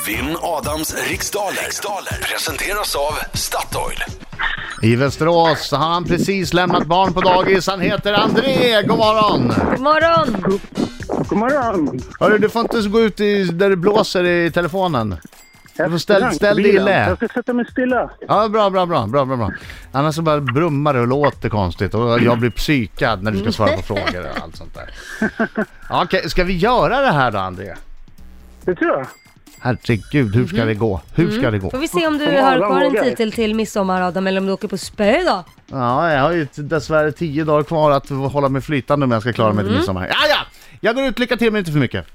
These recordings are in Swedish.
Vinn Adams riksdaler presenteras av Statoil. I Västerås har han precis lämnat barn på dagis. Han heter André. God morgon. God morgon. God morgon. Hörru, du får inte gå ut där det blåser i telefonen. Du får ställ dig i lä. Jag ska sätta mig stilla. Ja, bra. Annars så bara brummar det och låter konstigt. Och jag blir psykad när du ska svara på frågor och allt sånt där. Ja, okej, ska vi göra det här då, André? Det tror jag. Herregud, hur ska det gå? Får vi se om du har kvar en titel till midsommar, Adam, eller om du åker på spö då? Ja, jag har ju dessvärre 10 dagar kvar att hålla mig flytande om jag ska klara mig till midsommar. Ja! Jag går ut, lycka till men inte för mycket.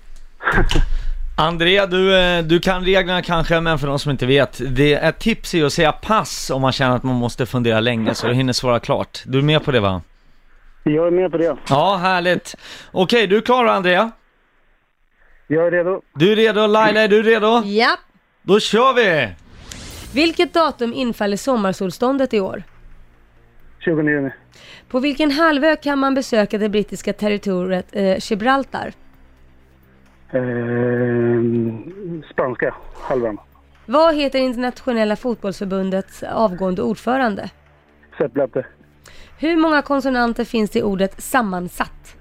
André, du kan reglerna kanske, men för de som inte vet, det är ett tips är att säga pass om man känner att man måste fundera länge så du hinner svara klart. Du är med på det, va? Jag är med på det. Ja, härligt. Okej, du är klar, André? Jag är redo. Du är redo, Laila, är du redo? Ja. Då kör vi! Vilket datum infaller sommarsolståndet i år? 20 juni. På vilken halvö kan man besöka det brittiska territoriet Gibraltar? Spanska halvan. Vad heter internationella fotbollsförbundets avgående ordförande? Sepp Blatter. Hur många konsonanter finns det i ordet sammansatt?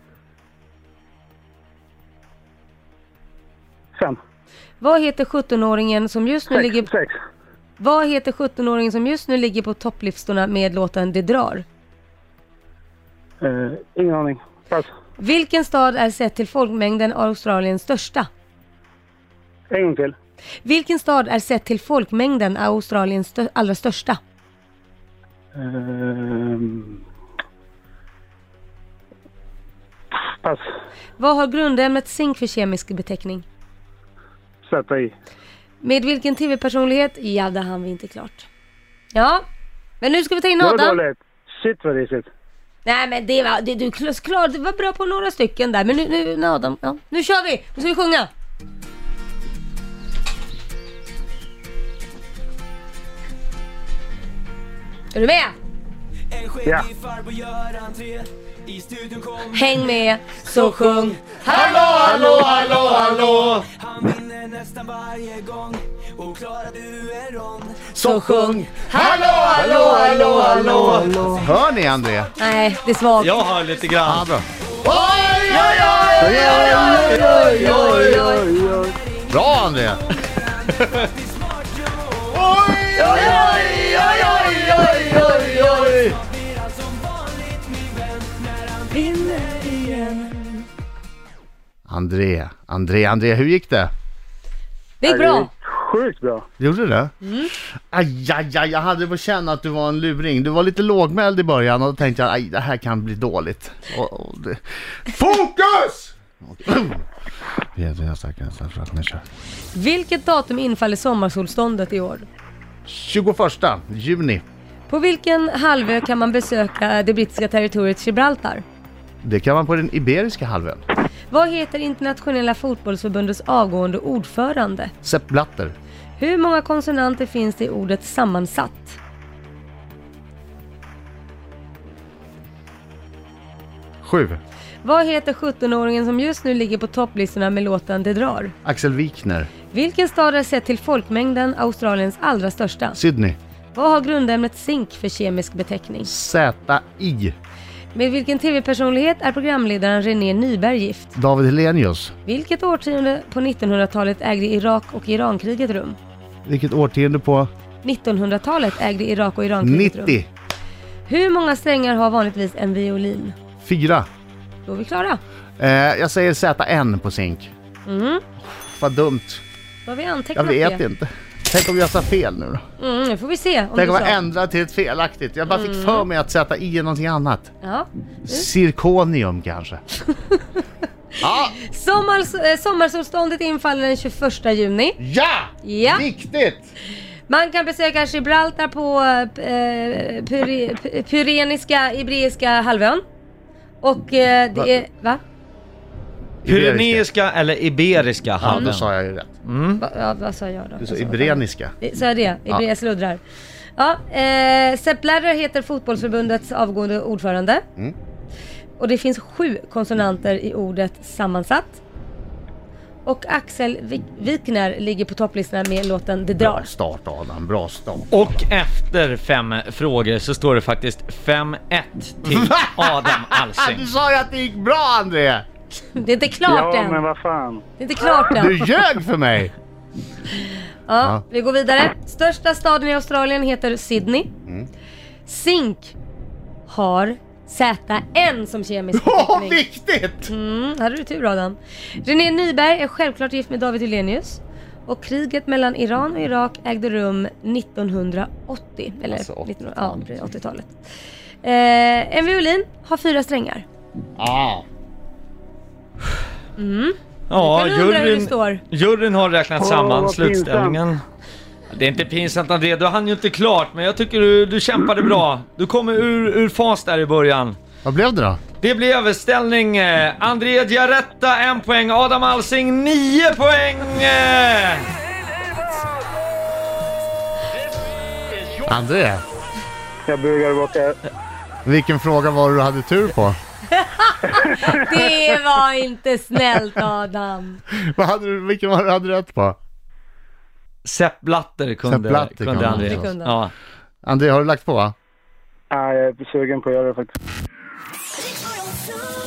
5. Vad heter 17-åringen som just nu 6. ligger 6. Vad heter 17-åringen som just nu ligger på topplistorna med låten Det drar? Ingen aning. Pass. Vilken stad är sett till folkmängden Australiens största? En gång till. Vilken stad är sett till folkmängden Australiens allra största? Pass. Vad har grundämnet zink för kemisk beteckning? Sätta i. Med vilken tv-personlighet? Ja, det hann vi inte klart. Ja, men nu ska vi ta in Det var Adam. dåligt. Shit vad risigt. Nej, men det var du klar, det var bra på några stycken där. Men nu Adam, ja, nu kör vi. Nu ska vi sjunga. Är du med? Ja. Häng med, så sjung. Hallå! Han vinner nästan varje gång och klarar du är rond. Så sjung. Hallå! Hör ni, André? Nej, det är svagt. Jag har lite grann. Ja, bra. Oj. Bra, André. André, hur gick det? Det är bra. Sjukt bra. Gjorde du det? Aj, jag hade på känna att du var en luring. Du var lite lågmäld i början och då tänkte jag, det här kan bli dåligt. Fokus! Vilket datum infaller sommarsolståndet i år? 21 juni. På vilken halvö kan man besöka det brittiska territoriet Gibraltar? Det kan man på den iberiska halvön. Vad heter internationella fotbollsförbundets avgående ordförande? Sepp Blatter. Hur många konsonanter finns det i ordet sammansatt? 7. Vad heter 17-åringen som just nu ligger på topplistorna med låten Det drar? Axel Wikner. Vilken stad är sett till folkmängden Australiens allra största? Sydney. Vad har grundämnet zink för kemisk beteckning? ZI. Med vilken tv-personlighet är programledaren René Nyberg gift? David Hellenius. Vilket årtionde på 1900-talet ägde Irak och Irankriget rum? Vilket årtionde på? 1900-talet ägde Irak och Irankriget rum. 90. Hur många strängar har vanligtvis en violin? 4. Då är vi klara. Jag säger ZN på zink. Vad dumt. Då har vi Jag antecknat vet det. inte. Tänk om jag sa fel nu då. Nu får vi se om Tänk du om jag sa. ändrar till ett felaktigt. Jag bara fick för mig att sätta i någonting annat. Ja. Zirkonium kanske. Ja! Sommarsolståndet infaller den 21 juni. Ja! Ja. Viktigt! Man kan besöka Gibraltar på Pyreneiska Iberiska halvön. Och det är... Va? Pyreneiska eller iberiska Ja, halvön. då sa jag ju rätt. Vad sa jag då? Du sa ibreniska. Så är det, Iberiska sluddrar. Ja, Sepp Blatter heter fotbollsförbundets avgående ordförande. Och det finns 7 konsonanter i ordet sammansatt. Och Axel Wikner ligger på topplistan med låten Det drar. Bra start Adam, bra start. Och efter 5 frågor så står det faktiskt 5-1 till Adam Alsing. Du sa ju att det gick bra, André! Det är inte klart Ja, än. men vad fan. Det är inte klart än. Du ljög för mig! Ja, vi går vidare. Största staden i Australien heter Sydney. Zink har ZN som kemisk beteckning. Viktigt! Hade du tur Adam. René Nyberg är självklart gift med David Hellenius. Och kriget mellan Iran och Irak ägde rum 1980. Eller Alltså 80-talet. En violin har 4 strängar. Ja, Jag undrar hur det står. juryn har räknat samman vad slutställningen. Det är inte pinsamt André, du hann ju inte klart, men jag tycker du kämpade bra. Du kommer ur fas där i början. Vad blev det då? Det blev ställning André Giaretta 1 poäng, Adam Alsing 9 poäng! André, Jag bugar bort. vilken fråga var det du hade tur på? Det var inte snällt Adam. Vilken var det du hade rätt på? Sepp Blatter kunde kunde André. Det kunde. Ja. André, har du lagt på? Nej, jag är sugen på att göra det faktiskt. Riks-FM.